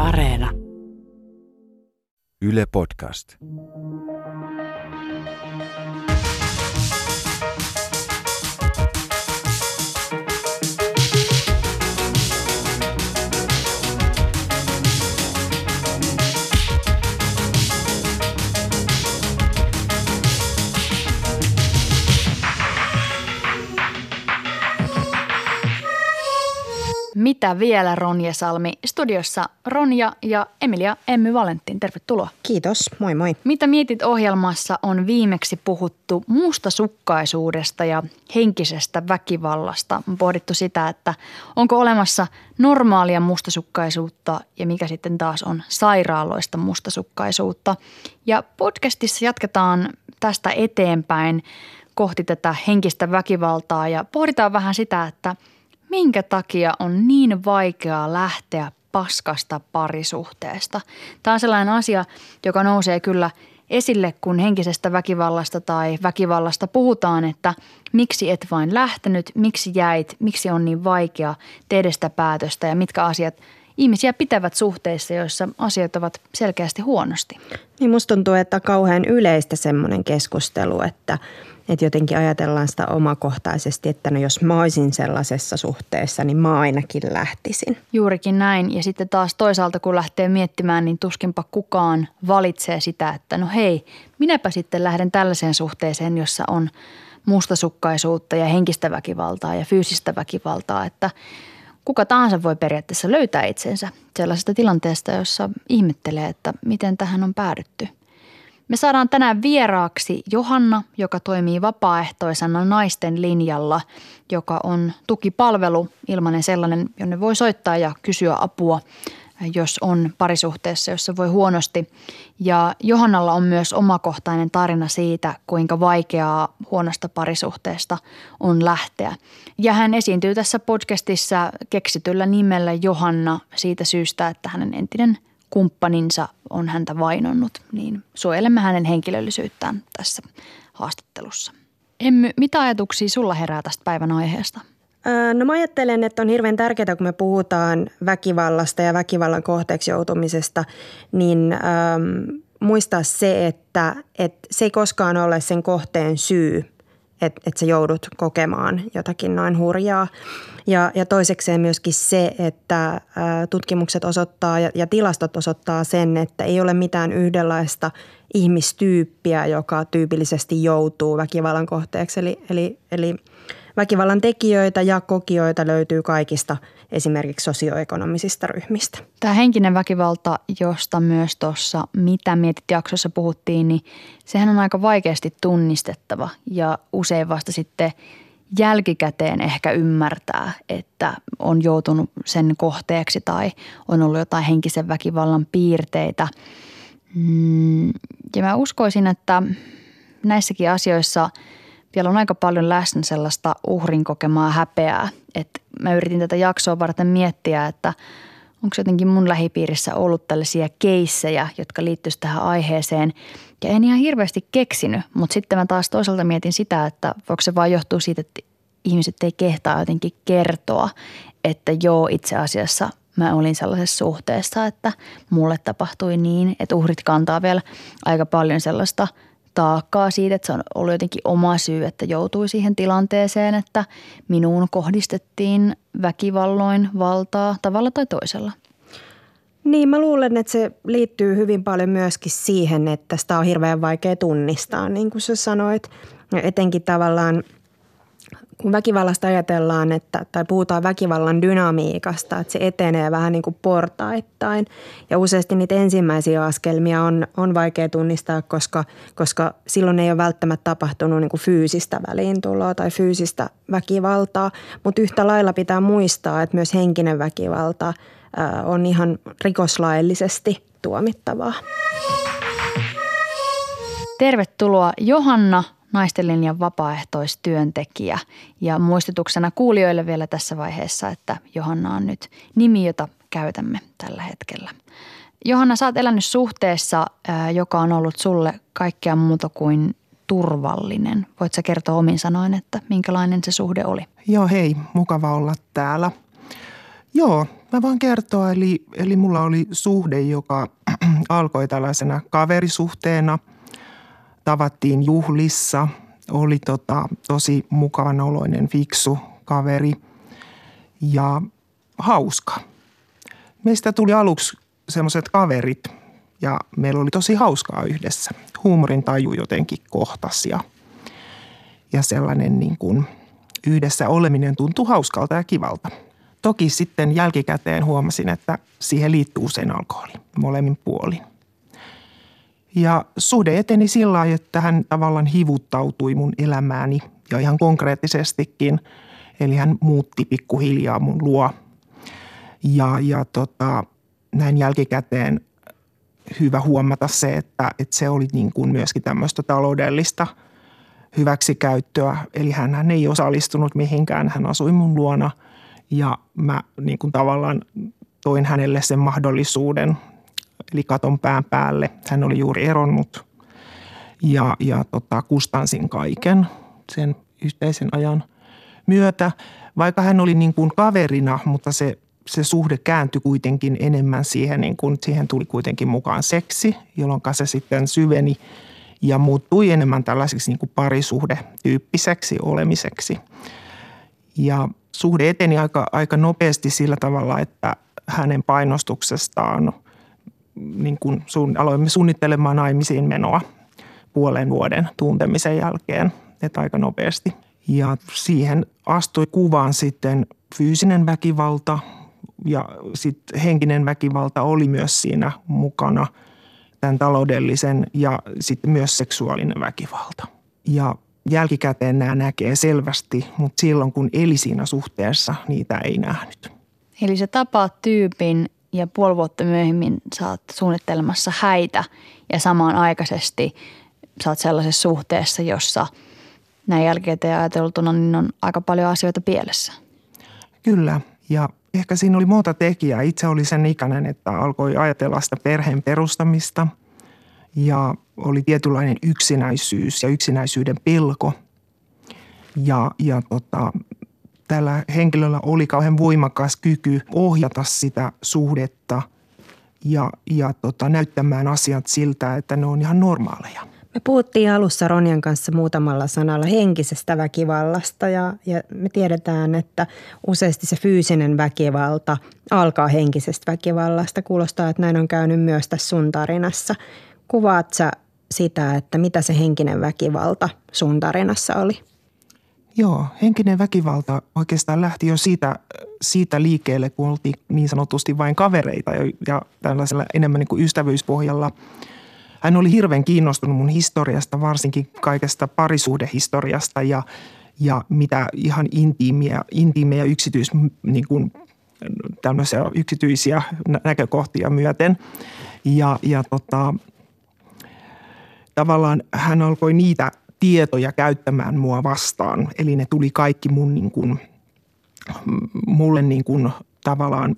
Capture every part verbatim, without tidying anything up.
Areena. Yle Podcast. Mitä vielä, Ronja Salmi? Studiossa Ronja ja Emilia Emmy Valentin. Tervetuloa. Kiitos, moi moi. Mitä mietit -ohjelmassa on viimeksi puhuttu mustasukkaisuudesta ja henkisestä väkivallasta. On pohdittu sitä, että onko olemassa normaalia mustasukkaisuutta ja mikä sitten taas on sairaaloista mustasukkaisuutta. Ja podcastissa jatketaan tästä eteenpäin kohti tätä henkistä väkivaltaa ja pohditaan vähän sitä, että minkä takia on niin vaikeaa lähteä paskasta parisuhteesta? Tämä on sellainen asia, joka nousee kyllä esille, kun henkisestä väkivallasta tai väkivallasta puhutaan, että miksi et vain lähtenyt, miksi jäit, miksi on niin vaikea tehdä sitä päätöstä ja mitkä asiat ihmisiä pitävät suhteissa, joissa asiat ovat selkeästi huonosti. Niin musta tuntuu, että on kauhean yleistä semmoinen keskustelu, että Että jotenkin ajatellaan sitä omakohtaisesti, että no jos mä olisin sellaisessa suhteessa, niin mä ainakin lähtisin. Juurikin näin. Ja sitten taas toisaalta kun lähtee miettimään, niin tuskinpa kukaan valitsee sitä, että no hei, minäpä sitten lähden tällaiseen suhteeseen, jossa on mustasukkaisuutta ja henkistä väkivaltaa ja fyysistä väkivaltaa. Että kuka tahansa voi periaatteessa löytää itsensä sellaisesta tilanteesta, jossa ihmettelee, että miten tähän on päädytty. Me saadaan tänään vieraaksi Johanna, joka toimii vapaaehtoisena Naisten linjalla, joka on tukipalvelu, ilmainen sellainen, jonne voi soittaa ja kysyä apua, jos on parisuhteessa, jossa voi huonosti. Ja Johannalla on myös omakohtainen tarina siitä, kuinka vaikeaa huonosta parisuhteesta on lähteä. Ja hän esiintyy tässä podcastissa keksityllä nimellä Johanna siitä syystä, että hänen entinen kumppaninsa on häntä vainonnut, niin suojelemme hänen henkilöllisyyttään tässä haastattelussa. Emmy, mitä ajatuksia sulla herää tästä päivän aiheesta? No mä ajattelen, että on hirveän tärkeää, kun me puhutaan väkivallasta ja väkivallan kohteeksi joutumisesta, niin ähm, muistaa se, että, että se ei koskaan ole sen kohteen syy, että, että sä joudut kokemaan jotakin noin hurjaa. Ja, ja toisekseen myöskin se, että ä, tutkimukset osoittaa ja, ja tilastot osoittaa sen, että ei ole mitään yhdenlaista ihmistyyppiä, joka tyypillisesti joutuu väkivallan kohteeksi. Eli, eli, eli väkivallan tekijöitä ja kokijoita löytyy kaikista esimerkiksi sosioekonomisista ryhmistä. Tämä henkinen väkivalta, josta myös tuossa Mitä mietit -jaksossa puhuttiin, niin sehän on aika vaikeasti tunnistettava ja usein vasta sitten jälkikäteen ehkä ymmärtää, että on joutunut sen kohteeksi tai on ollut jotain henkisen väkivallan piirteitä. Ja mä uskoisin, että näissäkin asioissa vielä on aika paljon läsnä sellaista uhrin kokemaa häpeää. Että mä yritin tätä jaksoa varten miettiä, että onko jotenkin mun lähipiirissä ollut tällaisia keissejä, jotka liittyisivät tähän aiheeseen. Ja en ihan hirveästi keksinyt, mutta sitten mä taas toisaalta mietin sitä, että voiko se vaan johtua siitä, että ihmiset ei kehtaa jotenkin kertoa, että joo, itse asiassa mä olin sellaisessa suhteessa, että mulle tapahtui niin, että uhrit kantaa vielä aika paljon sellaista taakkaa siitä, että se on ollut jotenkin oma syy, että joutui siihen tilanteeseen, että minuun kohdistettiin väkivalloin valtaa tavalla tai toisella. Niin, mä luulen, että se liittyy hyvin paljon myöskin siihen, että sitä on hirveän vaikea tunnistaa, niin kuin sä sanoit. Etenkin tavallaan, kun väkivallasta ajatellaan, että, tai puhutaan väkivallan dynamiikasta, että se etenee vähän niin kuin portaittain. Ja useasti niitä ensimmäisiä askelmia on, on vaikea tunnistaa, koska, koska silloin ei ole välttämättä tapahtunut niin kuin fyysistä väliintuloa tai fyysistä väkivaltaa. Mutta yhtä lailla pitää muistaa, että myös henkinen väkivalta on ihan rikoslaillisesti tuomittavaa. Tervetuloa Johanna, Naisten linjan vapaaehtoistyöntekijä. Ja muistutuksena kuulijoille vielä tässä vaiheessa, että Johanna on nyt nimi, jota käytämme tällä hetkellä. Johanna, sä oot elänyt suhteessa, joka on ollut sulle kaikkea muuta kuin turvallinen. Voit sä kertoa omin sanoin, että minkälainen se suhde oli? Joo, hei, mukava olla täällä. Joo, mä voin kertoa. Eli, eli mulla oli suhde, joka alkoi tällaisena kaverisuhteena. Tavattiin juhlissa. Oli tota, tosi mukavanoloinen, fiksu kaveri ja hauska. Meistä tuli aluksi semmoiset kaverit ja meillä oli tosi hauskaa yhdessä. Huumorin taju jotenkin kohtasi ja, ja sellainen niin kuin yhdessä oleminen tuntui hauskalta ja kivalta. Toki sitten jälkikäteen huomasin, että siihen liittyy usein alkoholi molemmin puolin. Ja suhde eteni sillä lailla, että hän tavallaan hivuttautui mun elämääni ja ihan konkreettisestikin. Eli hän muutti pikkuhiljaa mun luo. Ja, ja tota, näin jälkikäteen hyvä huomata se, että, että se oli niin kuin myöskin tämmöistä taloudellista hyväksikäyttöä. Eli hän ei osallistunut mihinkään, hän asui mun luona ja mä niin kuin tavallaan toin hänelle sen mahdollisuuden, eli katon pään päälle. Hän oli juuri eronnut ja, ja tota, kustansin kaiken sen yhteisen ajan myötä. Vaikka hän oli niin kuin kaverina, mutta se, se suhde kääntyi kuitenkin enemmän siihen, niin kuin, siihen tuli kuitenkin mukaan seksi, jolloin se sitten syveni ja muuttui enemmän tällaiseksi niin kuin parisuhdetyyppiseksi olemiseksi. Ja suhde eteni aika, aika nopeasti sillä tavalla, että hänen painostuksestaan niin kuin sun, aloimme suunnittelemaan naimisiin menoa puolen vuoden tuntemisen jälkeen, että aika nopeasti. Ja siihen astui kuvaan sitten fyysinen väkivalta ja sitten henkinen väkivalta oli myös siinä mukana, tämän taloudellisen ja sitten myös seksuaalinen väkivalta. Ja jälkikäteen nämä näkee selvästi, mutta silloin kun eli siinä suhteessa, niitä ei nähnyt. Eli sä tapaat tyypin ja puoli vuotta myöhemmin sä oot suunnittelemassa häitä ja samanaikaisesti sä oot sellaisessa suhteessa, jossa näin jälkikäteen ajateltuna niin on aika paljon asioita pielessä. Kyllä, ja ehkä siinä oli monta tekijää. Itse oli sen ikäinen, että alkoi ajatella sitä perheen perustamista ja oli tietynlainen yksinäisyys ja yksinäisyyden pelko. Ja, ja tota, tällä henkilöllä oli kauhean voimakas kyky ohjata sitä suhdetta ja, ja tota, näyttämään asiat siltä, että ne on ihan normaaleja. Me puhuttiin alussa Ronjan kanssa muutamalla sanalla henkisestä väkivallasta ja, ja me tiedetään, että useasti se fyysinen väkivalta alkaa henkisestä väkivallasta. Kuulostaa, että näin on käynyt myös tässä sun tarinassa. Kuvaat sä sitä, että mitä se henkinen väkivalta sun tarinassa oli? Joo, henkinen väkivalta oikeastaan lähti jo siitä, siitä liikkeelle, kun oltiin niin sanotusti vain kavereita ja tällaisella enemmän niin kuin ystävyyspohjalla. Hän oli hirveän kiinnostunut mun historiasta, varsinkin kaikesta parisuhdehistoriasta ja, ja mitä ihan intiimiä, intiimejä yksityis, niin kuin, tämmöisiä yksityisiä näkökohtia myöten. Ja, ja tota, tavallaan hän alkoi niitä tietoja käyttämään mua vastaan. Eli ne tuli kaikki mun niin kuin, mulle niin kuin tavallaan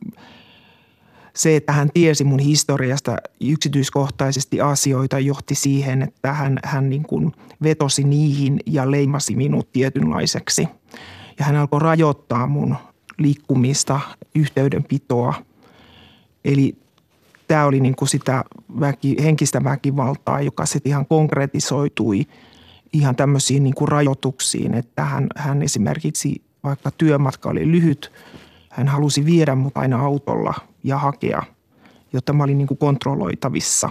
se, että hän tiesi mun historiasta yksityiskohtaisesti asioita, johti siihen, että hän, hän niin kuin vetosi niihin ja leimasi minut tietynlaiseksi. Ja hän alkoi rajoittaa mun liikkumista, yhteydenpitoa. Eli tämä oli niin kuin sitä väki, henkistä väkivaltaa, joka sitten ihan konkretisoitui ihan tämmöisiin niin kuin rajoituksiin, että hän, hän esimerkiksi, vaikka työmatka oli lyhyt, hän halusi viedä mut aina autolla ja hakea, jotta mä olin niin kuin kontrolloitavissa.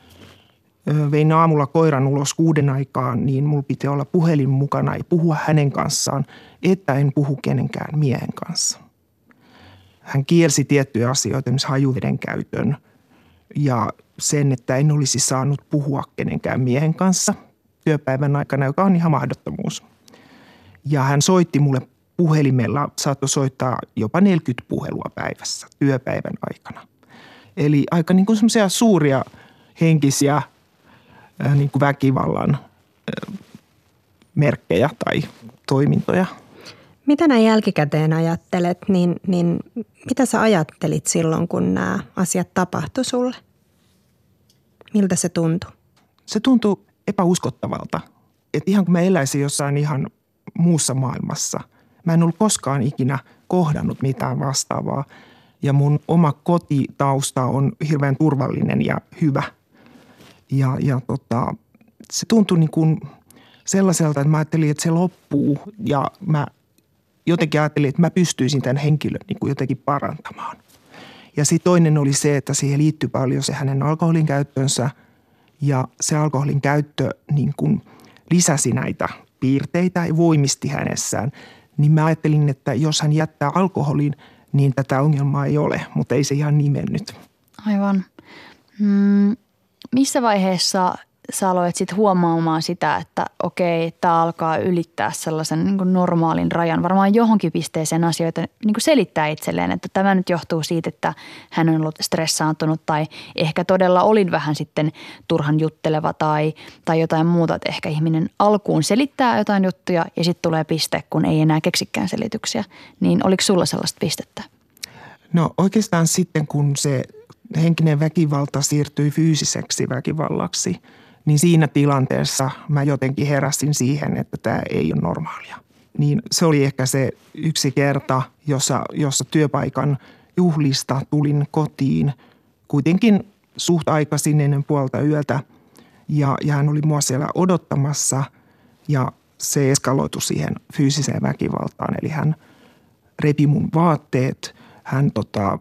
Vein aamulla koiran ulos kuuden aikaan, niin mulla piti olla puhelin mukana ja puhua hänen kanssaan, että en puhu kenenkään miehen kanssa. Hän kielsi tiettyjä asioita, esimerkiksi hajuveden käytön ja sen, että en olisi saanut puhua kenenkään miehen kanssa työpäivän aikana, joka on ihan mahdottomuus. Ja hän soitti mulle puhelimella, saattoi soittaa jopa neljäkymmentä puhelua päivässä työpäivän aikana. Eli aika niin kuin semmoisia suuria henkisiä niin kuin väkivallan merkkejä tai toimintoja. Mitä näin jälkikäteen ajattelet, niin, niin mitä sä ajattelit silloin, kun nämä asiat tapahtui sulle? Miltä se tuntui? Se tuntui epäuskottavalta. Että ihan kun mä eläisin jossain ihan muussa maailmassa. Mä en ollut koskaan ikinä kohdannut mitään vastaavaa. Ja mun oma kotitausta on hirveän turvallinen ja hyvä. Ja, ja tota, se tuntui niin kuin sellaiselta, että mä ajattelin, että se loppuu ja mä jotenkin ajattelin, että mä pystyisin tämän henkilön niin kuin jotenkin parantamaan. Ja sitten toinen oli se, että siihen liittyi paljon se hänen alkoholin käyttönsä ja se alkoholin käyttö niin kuin lisäsi näitä piirteitä ja voimisti hänessään. Niin mä ajattelin, että jos hän jättää alkoholin, niin tätä ongelmaa ei ole, mutta ei se ihan niin mennyt. Aivan. Mm, missä vaiheessa sä aloit sitten huomaamaan sitä, että okei, tämä alkaa ylittää sellaisen niin kuin normaalin rajan. Varmaan johonkin pisteeseen asioita niin kuin selittää itselleen, että tämä nyt johtuu siitä, että hän on ollut stressaantunut tai ehkä todella olin vähän sitten turhan jutteleva tai, tai jotain muuta. Että ehkä ihminen alkuun selittää jotain juttuja ja sitten tulee piste, kun ei enää keksikään selityksiä. Niin oliko sulla sellaista pistettä? No oikeastaan sitten, kun se henkinen väkivalta siirtyi fyysiseksi väkivallaksi, niin siinä tilanteessa mä jotenkin heräsin siihen, että tämä ei ole normaalia. Niin se oli ehkä se yksi kerta, jossa, jossa työpaikan juhlista tulin kotiin kuitenkin suht aikaisin ennen puolta yötä. Ja, ja hän oli mua siellä odottamassa ja se eskaloitui siihen fyysiseen väkivaltaan. Eli hän repi mun vaatteet, hän tota,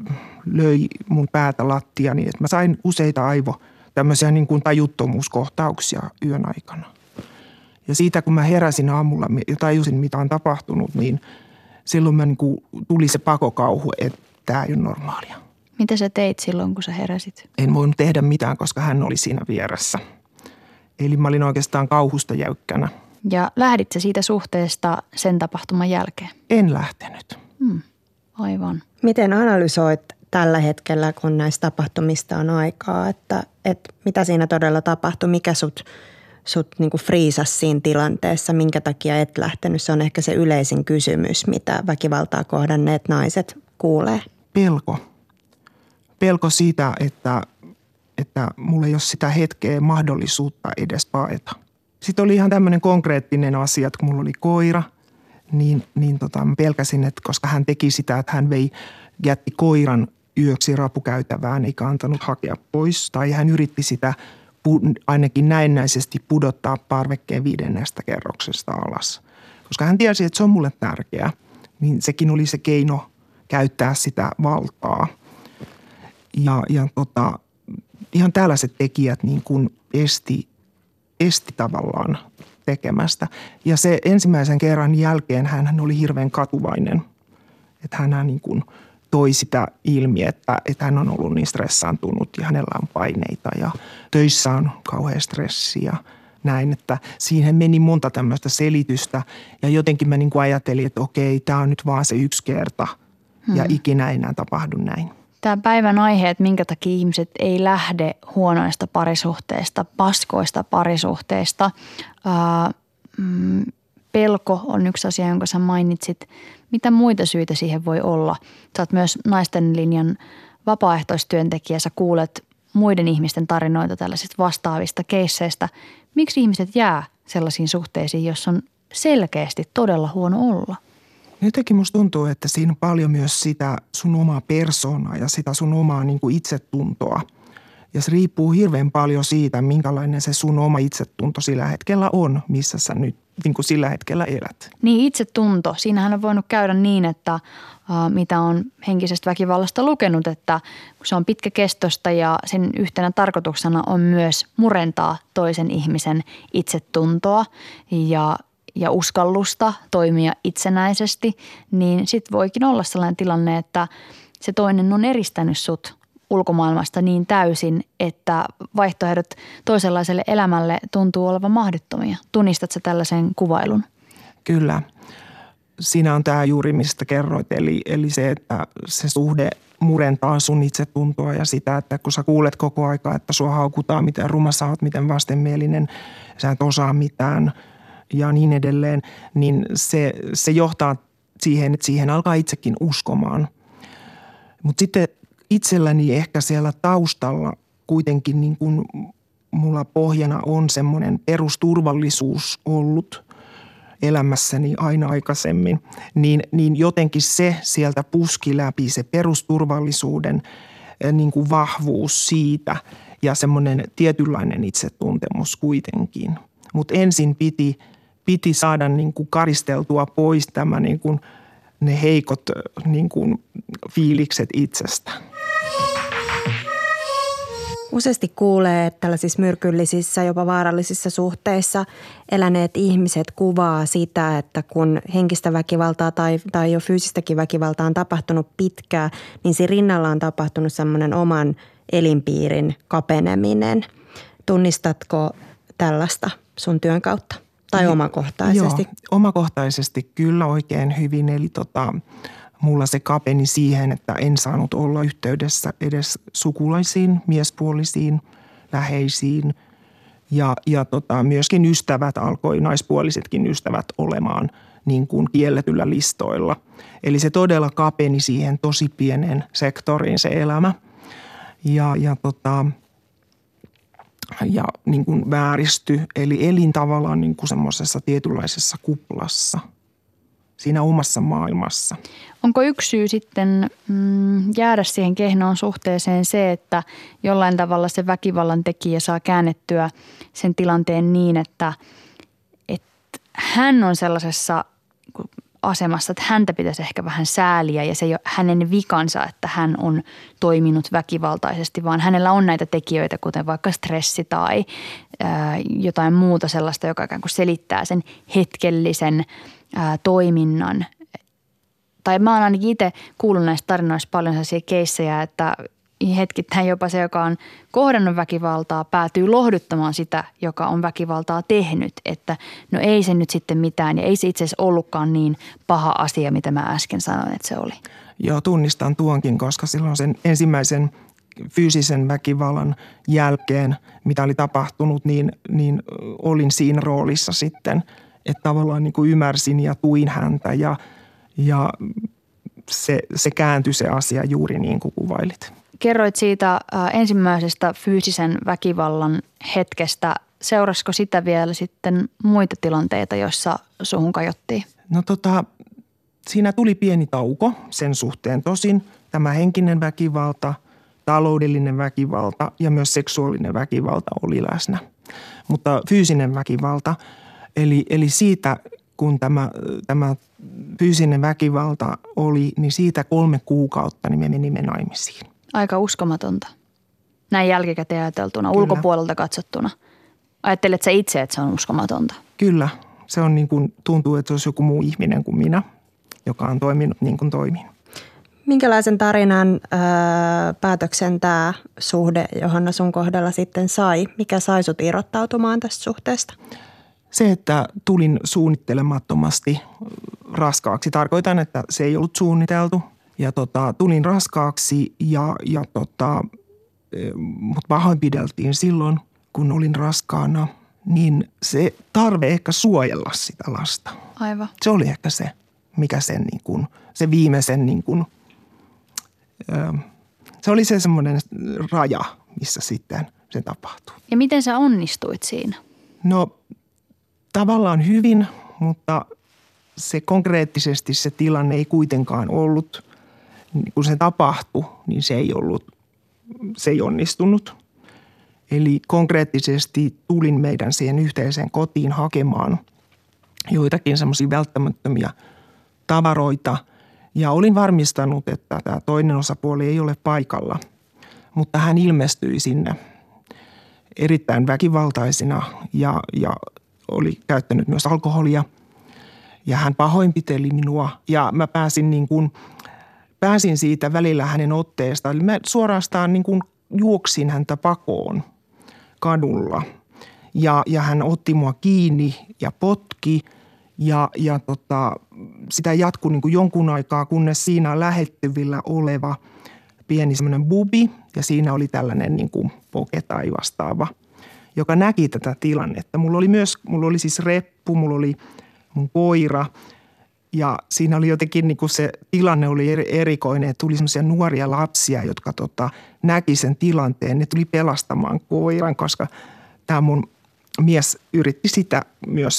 löi mun päätä lattiaan niin, että mä sain useita aivo tämmöisiä niin kuin tajuttomuuskohtauksia yön aikana. Ja siitä kun mä heräsin aamulla ja tajusin mitä on tapahtunut, niin silloin mä niin kuin tuli se pakokauhu, että tämä ei ole normaalia. Mitä sä teit silloin, kun sä heräsit? En voinut tehdä mitään, koska hän oli siinä vieressä. Eli mä olin oikeastaan kauhusta jäykkänä. Ja lähdit sä siitä suhteesta sen tapahtuman jälkeen? En lähtenyt. Hmm, aivan. Miten analysoit tällä hetkellä, kun näistä tapahtumista on aikaa, että, että mitä siinä todella tapahtui, mikä sut, sut niin kuin friisasi siinä tilanteessa, minkä takia et lähtenyt? Se on ehkä se yleisin kysymys, mitä väkivaltaa kohdanneet naiset kuulee. Pelko. Pelko siitä, että, että mulla ei ole sitä hetkeä mahdollisuutta edes paeta. Sitten oli ihan tämmöinen konkreettinen asia, että kun mulla oli koira, niin, niin tota, mä pelkäsin, että koska hän teki sitä, että hän vei, jätti koiran yöksi rapukäytävään eikä antanut hakea pois. Tai hän yritti sitä ainakin näennäisesti pudottaa parvekkeen viidennestä kerroksesta alas. Koska hän tiesi, että se on mulle tärkeää, niin sekin oli se keino käyttää sitä valtaa. Ja, ja tota, ihan tällaiset tekijät niin kuin esti, esti tavallaan tekemästä. Ja se ensimmäisen kerran jälkeen hän oli hirveän katuvainen. Että hän niin kuin toi sitä ilmi, että, että hän on ollut niin stressaantunut ja hänellä on paineita ja töissä on kauhea stressi ja näin. Että siihen meni monta tämmöistä selitystä ja jotenkin mä niin kuin ajattelin, että okei, tämä on nyt vaan se yksi kerta ja hmm. ikinä ei enää tapahdu näin. Tämä päivän aihe, että minkä takia ihmiset ei lähde huonoista parisuhteista, paskoista parisuhteista. Ää, mm, pelko on yksi asia, jonka sä mainitsit. Mitä muita syitä siihen voi olla? Sä oot myös Naisten linjan vapaaehtoistyöntekijä. Sä kuulet muiden ihmisten tarinoita tällaisista vastaavista keisseistä. Miksi ihmiset jää sellaisiin suhteisiin, jos on selkeästi todella huono olla? Jotenkin musta tuntuu, että siinä on paljon myös sitä sun omaa persoonaa ja sitä sun omaa niin kuin itsetuntoa. Ja se riippuu hirveän paljon siitä, minkälainen se sun oma itsetunto sillä hetkellä on, missä sä nyt niin kuin sillä hetkellä elät. Niin itsetunto. Siinähän on voinut käydä niin, että äh, mitä on henkisestä väkivallasta lukenut, että se on pitkäkestoista ja sen yhtenä tarkoituksena on myös murentaa toisen ihmisen itsetuntoa ja ja uskallusta toimia itsenäisesti, niin sitten voikin olla sellainen tilanne, että se toinen on eristänyt sut ulkomaailmasta niin täysin, että vaihtoehdot toisenlaiselle elämälle tuntuu olevan mahdottomia. Tunnistat sä tällaisen kuvailun? Kyllä. Siinä on tämä juuri, mistä kerroit, eli, eli se, että se suhde murentaa sun itsetuntoa ja sitä, että kun sä kuulet koko aikaa, että sua haukutaan, miten ruma sä oot, miten vastenmielinen, sä et osaa mitään ja niin edelleen, niin se, se johtaa siihen, että siihen alkaa itsekin uskomaan. Mutta sitten itselläni ehkä siellä taustalla kuitenkin niin kuin mulla pohjana on semmoinen perusturvallisuus ollut elämässäni aina aikaisemmin, niin, niin jotenkin se sieltä puski läpi, se perusturvallisuuden niin kuin vahvuus siitä ja semmoinen tietynlainen itsetuntemus kuitenkin. Mutta ensin piti, piti saada niin kuin karisteltua pois tämä niin kuin ne heikot niin kuin fiilikset itsestä. Useasti kuulee, että tällaisissa myrkyllisissä, jopa vaarallisissa suhteissa eläneet ihmiset kuvaa sitä, että kun henkistä väkivaltaa tai, tai jo fyysistäkin väkivaltaa on tapahtunut pitkään, niin siinä rinnalla on tapahtunut semmoinen oman elinpiirin kapeneminen. Tunnistatko tällaista sun työn kautta tai omakohtaisesti? Joo, omakohtaisesti kyllä oikein hyvin. Eli tota, mulla se kapeni siihen, että en saanut olla yhteydessä edes sukulaisiin, miespuolisiin, läheisiin. Ja, ja tota, myöskin ystävät alkoi, naispuolisetkin ystävät olemaan niin kuin kielletyllä listoilla. Eli se todella kapeni siihen tosi pienen sektoriin se elämä. Ja, ja, tota, ja niin kuin vääristyi, eli elin tavallaan niin kuin semmoisessa tietynlaisessa kuplassa siinä omassa maailmassa. Onko yksi syy sitten mm, jäädä siihen kehnoon suhteeseen se, että jollain tavalla se väkivallan tekijä saa käännettyä sen tilanteen niin, että, että hän on sellaisessa asemassa, että häntä pitäisi ehkä vähän sääliä ja se ei ole hänen vikansa, että hän on toiminut väkivaltaisesti, vaan hänellä on näitä tekijöitä, kuten vaikka stressi tai ää, jotain muuta sellaista, joka ikään kuin selittää sen hetkellisen ää, toiminnan. Tai mä oon ainakin itse kuullut näistä tarinoista paljon sellaisia keissejä, että hetkittäin jopa se, joka on kohdannut väkivaltaa, päätyy lohduttamaan sitä, joka on väkivaltaa tehnyt. Että no ei se nyt sitten mitään ja ei se itse asiassa ollutkaan niin paha asia, mitä mä äsken sanoin, että se oli. Joo, tunnistan tuonkin, koska silloin sen ensimmäisen fyysisen väkivallan jälkeen, mitä oli tapahtunut, niin, niin olin siinä roolissa sitten, että tavallaan niin kuin ymmärsin ja tuin häntä ja, ja se, se kääntyi se asia juuri niin kuin kuvailit. Kerroit siitä ensimmäisestä fyysisen väkivallan hetkestä. Seurasiko sitä vielä sitten muita tilanteita, joissa suhun kajottiin? No tota, siinä tuli pieni tauko sen suhteen. Tosin tämä henkinen väkivalta, taloudellinen väkivalta ja myös seksuaalinen väkivalta oli läsnä. Mutta fyysinen väkivalta, eli, eli siitä kun tämä, tämä fyysinen väkivalta oli, niin siitä kolme kuukautta niin me menimme naimisiin. Aika uskomatonta. Näin jälkikäteen ajateltuna, Kyllä. ulkopuolelta katsottuna. Ajattelet sä itse, että se on uskomatonta? Kyllä. Se on niin kuin, tuntuu, että se olisi joku muu ihminen kuin minä, joka on toiminut niin kuin toimin. Minkälaisen tarinan ää, päätöksen tämä suhde, Johanna, sun kohdalla sitten sai? Mikä sai sut irrottautumaan tästä suhteesta? Se, että tulin suunnittelemattomasti raskaaksi. Tarkoitan, että se ei ollut suunniteltu. Ja tota, tulin raskaaksi ja, ja tota, mut pahoinpideltiin silloin, kun olin raskaana. Niin se tarve ehkä suojella sitä lasta. Aivan. Se oli ehkä se, mikä sen niin kuin, se viimeisen niin kuin, se oli se semmoinen raja, missä sitten se tapahtui. Ja miten sä onnistuit siinä? No tavallaan hyvin, mutta se konkreettisesti se tilanne ei kuitenkaan ollut, kun se tapahtui, niin se ei ollut, se ei onnistunut. Eli konkreettisesti tulin meidän siihen yhteiseen kotiin hakemaan joitakin semmoisia välttämättömiä tavaroita ja olin varmistanut, että tämä toinen osapuoli ei ole paikalla, mutta hän ilmestyi sinne erittäin väkivaltaisina ja, ja oli käyttänyt myös alkoholia ja hän pahoinpiteli minua ja mä pääsin niin kuin, pääsin siitä välillä hänen otteesta. Eli mä suorastaan niin kuin juoksin häntä pakoon kadulla ja, ja hän otti mua kiinni ja potki ja, ja tota, sitä jatkui niin kuin jonkun aikaa, kunnes siinä lähettyvillä oleva pieni semmoinen bubi ja siinä oli tällainen niin kuin poke tai vastaava, joka näki tätä tilannetta. Mulla oli myös, mulla oli siis reppu, mulla oli mun koira ja siinä oli jotenkin niin kuin se tilanne oli erikoinen, että tuli semmoisia nuoria lapsia, jotka tota, näki sen tilanteen. Ne tuli pelastamaan koiran, koska tämä mun mies yritti sitä myös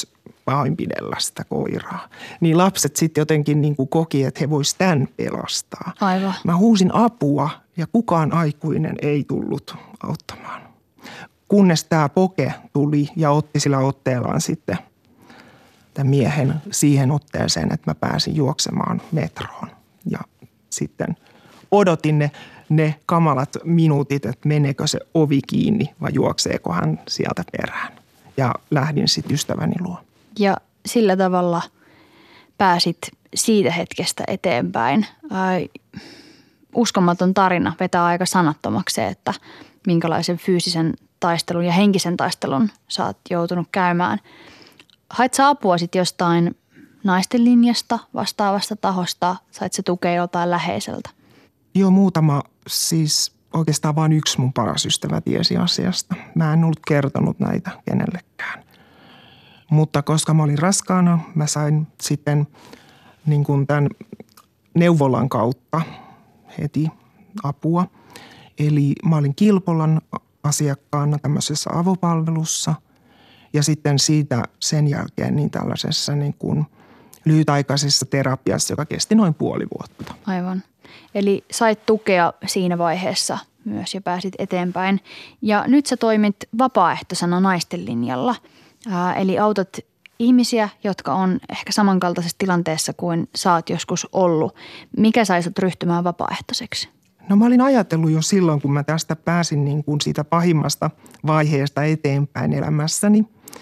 pahoinpidellä sitä koiraa. Niin lapset sitten jotenkin niin kuin koki, että he voisivat tämän pelastaa. Aivan. Mä huusin apua ja kukaan aikuinen ei tullut auttamaan. Kunnes tämä poke tuli ja otti sillä otteellaan sitten tämän miehen siihen otteeseen, että mä pääsin juoksemaan metroon. Ja sitten odotin ne, ne kamalat minuutit, että meneekö se ovi kiinni vai juokseeko hän sieltä perään. Ja lähdin sitten ystäväni luo. Ja sillä tavalla pääsit siitä hetkestä eteenpäin. Ai, uskomaton tarina vetää aika sanattomaksi se, että minkälaisen fyysisen taistelun ja henkisen taistelun sä oot joutunut käymään. Hait sä apua sitten jostain naisten linjasta, vastaavasta tahosta? Sait sä tukea joltain läheiseltä? Joo, muutama, siis oikeastaan vain yksi mun paras ystävä tiesi asiasta. Mä en ollut kertonut näitä kenellekään. Mutta koska mä olin raskaana, mä sain sitten niin kuin tämän neuvolan kautta heti apua. Eli mä olin Kilpolan asiakkaana tämmöisessä avopalvelussa ja sitten siitä sen jälkeen niin tällaisessa niin kuin lyhytaikaisessa terapiassa, joka kesti noin puoli vuotta. Aivan. Eli sait tukea siinä vaiheessa myös ja pääsit eteenpäin. Ja nyt sä toimit vapaaehtoisena naisten linjalla. Ää, eli autat ihmisiä, jotka on ehkä samankaltaisessa tilanteessa kuin sä oot joskus ollut. Mikä sai sut ryhtymään vapaaehtoiseksi? No mä olin ajatellut jo silloin, kun mä tästä pääsin niin kuin siitä pahimmasta vaiheesta eteenpäin elämässäni,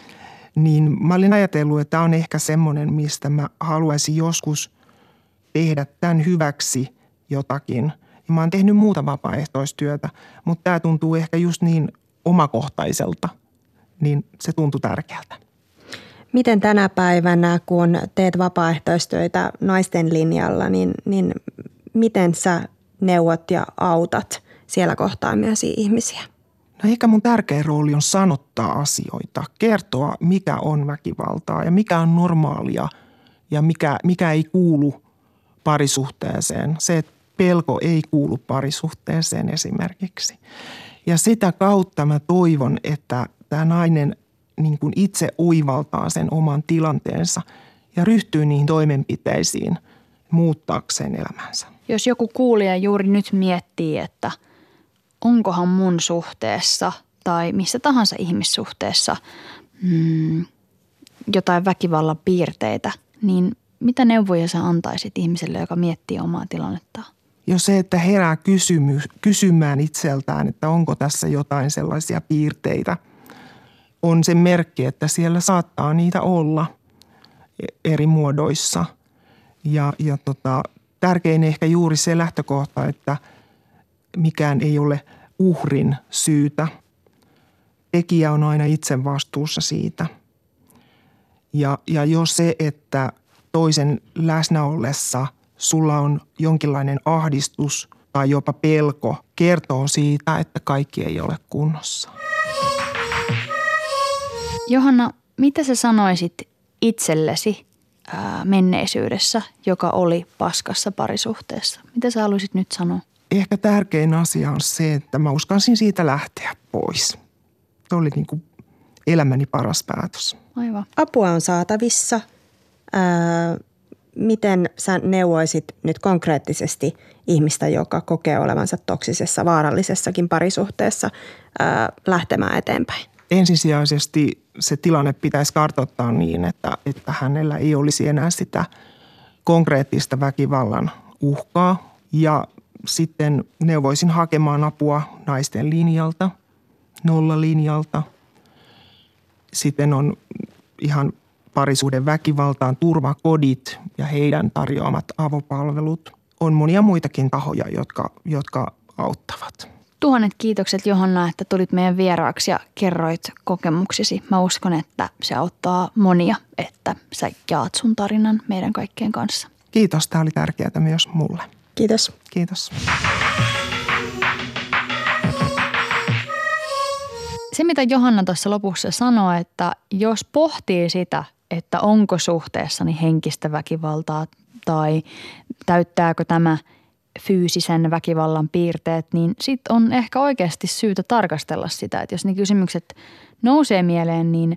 niin mä olin ajatellut, että tämä on ehkä semmoinen, mistä mä haluaisin joskus tehdä tämän hyväksi jotakin. Ja mä oon tehnyt muuta vapaaehtoistyötä, mutta tämä tuntuu ehkä just niin omakohtaiselta, niin se tuntui tärkeältä. Miten tänä päivänä, kun teet vapaaehtoistyötä naisten linjalla, niin, niin miten sä neuvot ja autat siellä kohtaa myös ihmisiä? No ehkä mun tärkeä rooli on sanottaa asioita, kertoa mikä on väkivaltaa ja mikä on normaalia ja mikä, mikä ei kuulu parisuhteeseen. Se, että pelko ei kuulu parisuhteeseen esimerkiksi. Ja sitä kautta mä toivon, että tämä nainen niin kuin itse oivaltaa sen oman tilanteensa ja ryhtyy niihin toimenpiteisiin muuttaakseen elämänsä. Jos joku kuulija juuri nyt miettii, että onkohan mun suhteessa tai missä tahansa ihmissuhteessa mm, jotain väkivallan piirteitä, niin mitä neuvoja sä antaisit ihmiselle, joka miettii omaa tilannettaan? Jo se, että herää kysymy, kysymään itseltään, että onko tässä jotain sellaisia piirteitä, on se merkki, että siellä saattaa niitä olla eri muodoissa. Ja, ja tota, tärkein ehkä juuri se lähtökohta, että mikään ei ole uhrin syytä. Tekijä on aina itse vastuussa siitä. Ja, ja jo se, että toisen läsnä ollessa sulla on jonkinlainen ahdistus tai jopa pelko, kertoo siitä, että kaikki ei ole kunnossa. Johanna, mitä sä sanoisit itsellesi ää, menneisyydessä, joka oli paskassa parisuhteessa? Mitä sä haluaisit nyt sanoa? Ehkä tärkein asia on se, että mä uskalsin siitä lähteä pois. Se oli niin kuin elämäni paras päätös. Aivan. Apua on saatavissa. Ää, miten sä neuvoisit nyt konkreettisesti ihmistä, joka kokee olevansa toksisessa, vaarallisessakin parisuhteessa ää, lähtemään eteenpäin? Ensisijaisesti se tilanne pitäisi kartoittaa niin, että, että hänellä ei olisi enää sitä konkreettista väkivallan uhkaa. Ja sitten neuvoisin hakemaan apua naisten linjalta, nollalinjalta. Sitten on ihan parisuuden väkivaltaan turvakodit ja heidän tarjoamat avopalvelut. On monia muitakin tahoja, jotka, jotka auttavat. Tuhannet kiitokset Johanna, että tulit meidän vieraaksi ja kerroit kokemuksesi. Mä uskon, että se auttaa monia, että sä jaat sun tarinan meidän kaikkien kanssa. Kiitos, tämä oli tärkeää myös mulle. Kiitos. Kiitos. Se, mitä Johanna tuossa lopussa sanoi, että jos pohtii sitä, että onko suhteessani henkistä väkivaltaa tai täyttääkö tämä fyysisen väkivallan piirteet, niin sitten on ehkä oikeasti syytä tarkastella sitä, että jos ne kysymykset nousee mieleen, niin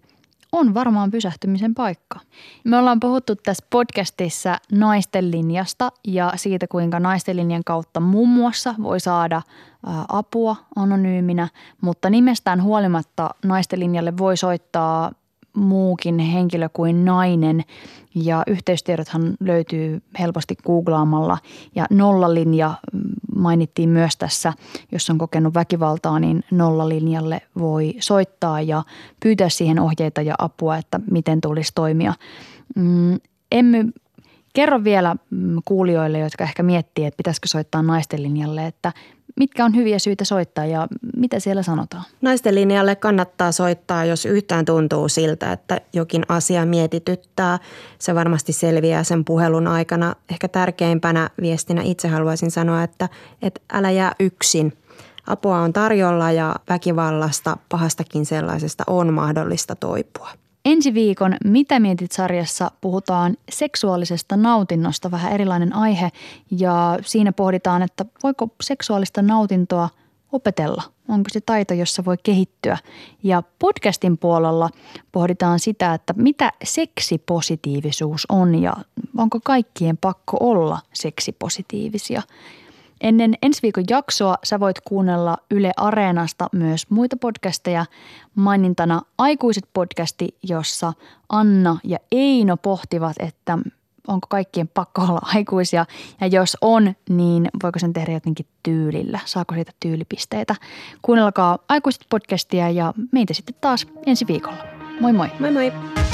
on varmaan pysähtymisen paikka. Me ollaan puhuttu tässä podcastissa naisten linjasta ja siitä, kuinka naisten linjan kautta muun muassa voi saada apua anonyyminä, mutta nimestään huolimatta naisten linjalle voi soittaa muukin henkilö kuin nainen ja yhteystiedothan löytyy helposti googlaamalla ja nollalinja mainittiin myös tässä, jos on kokenut väkivaltaa, niin nollalinjalle voi soittaa ja pyytää siihen ohjeita ja apua, että miten tulisi toimia. Emmy, kerro vielä kuulijoille, jotka ehkä miettii, että pitäisikö soittaa naisten linjalle, että mitkä on hyviä syitä soittaa ja mitä siellä sanotaan? Naisten linjalle kannattaa soittaa, jos yhtään tuntuu siltä, että jokin asia mietityttää. Se varmasti selviää sen puhelun aikana. Ehkä tärkeimpänä viestinä itse haluaisin sanoa, että, että älä jää yksin. Apua on tarjolla ja väkivallasta, pahastakin sellaisesta on mahdollista toipua. Ensi viikon Mitä mietit -sarjassa puhutaan seksuaalisesta nautinnosta, vähän erilainen aihe ja siinä pohditaan, että voiko seksuaalista nautintoa opetella, onko se taito, jossa voi kehittyä. Ja podcastin puolella pohditaan sitä, että mitä seksipositiivisuus on ja onko kaikkien pakko olla seksipositiivisia. Ennen ensi viikon jaksoa sä voit kuunnella Yle Areenasta myös muita podcasteja. Mainintana Aikuiset podcasti, jossa Anna ja Eino pohtivat, että onko kaikkien pakko olla aikuisia. Ja jos on, niin voiko sen tehdä jotenkin tyylillä? Saako siitä tyylipisteitä? Kuunnelkaa Aikuiset podcastia ja meitä sitten taas ensi viikolla. Moi moi! Moi moi!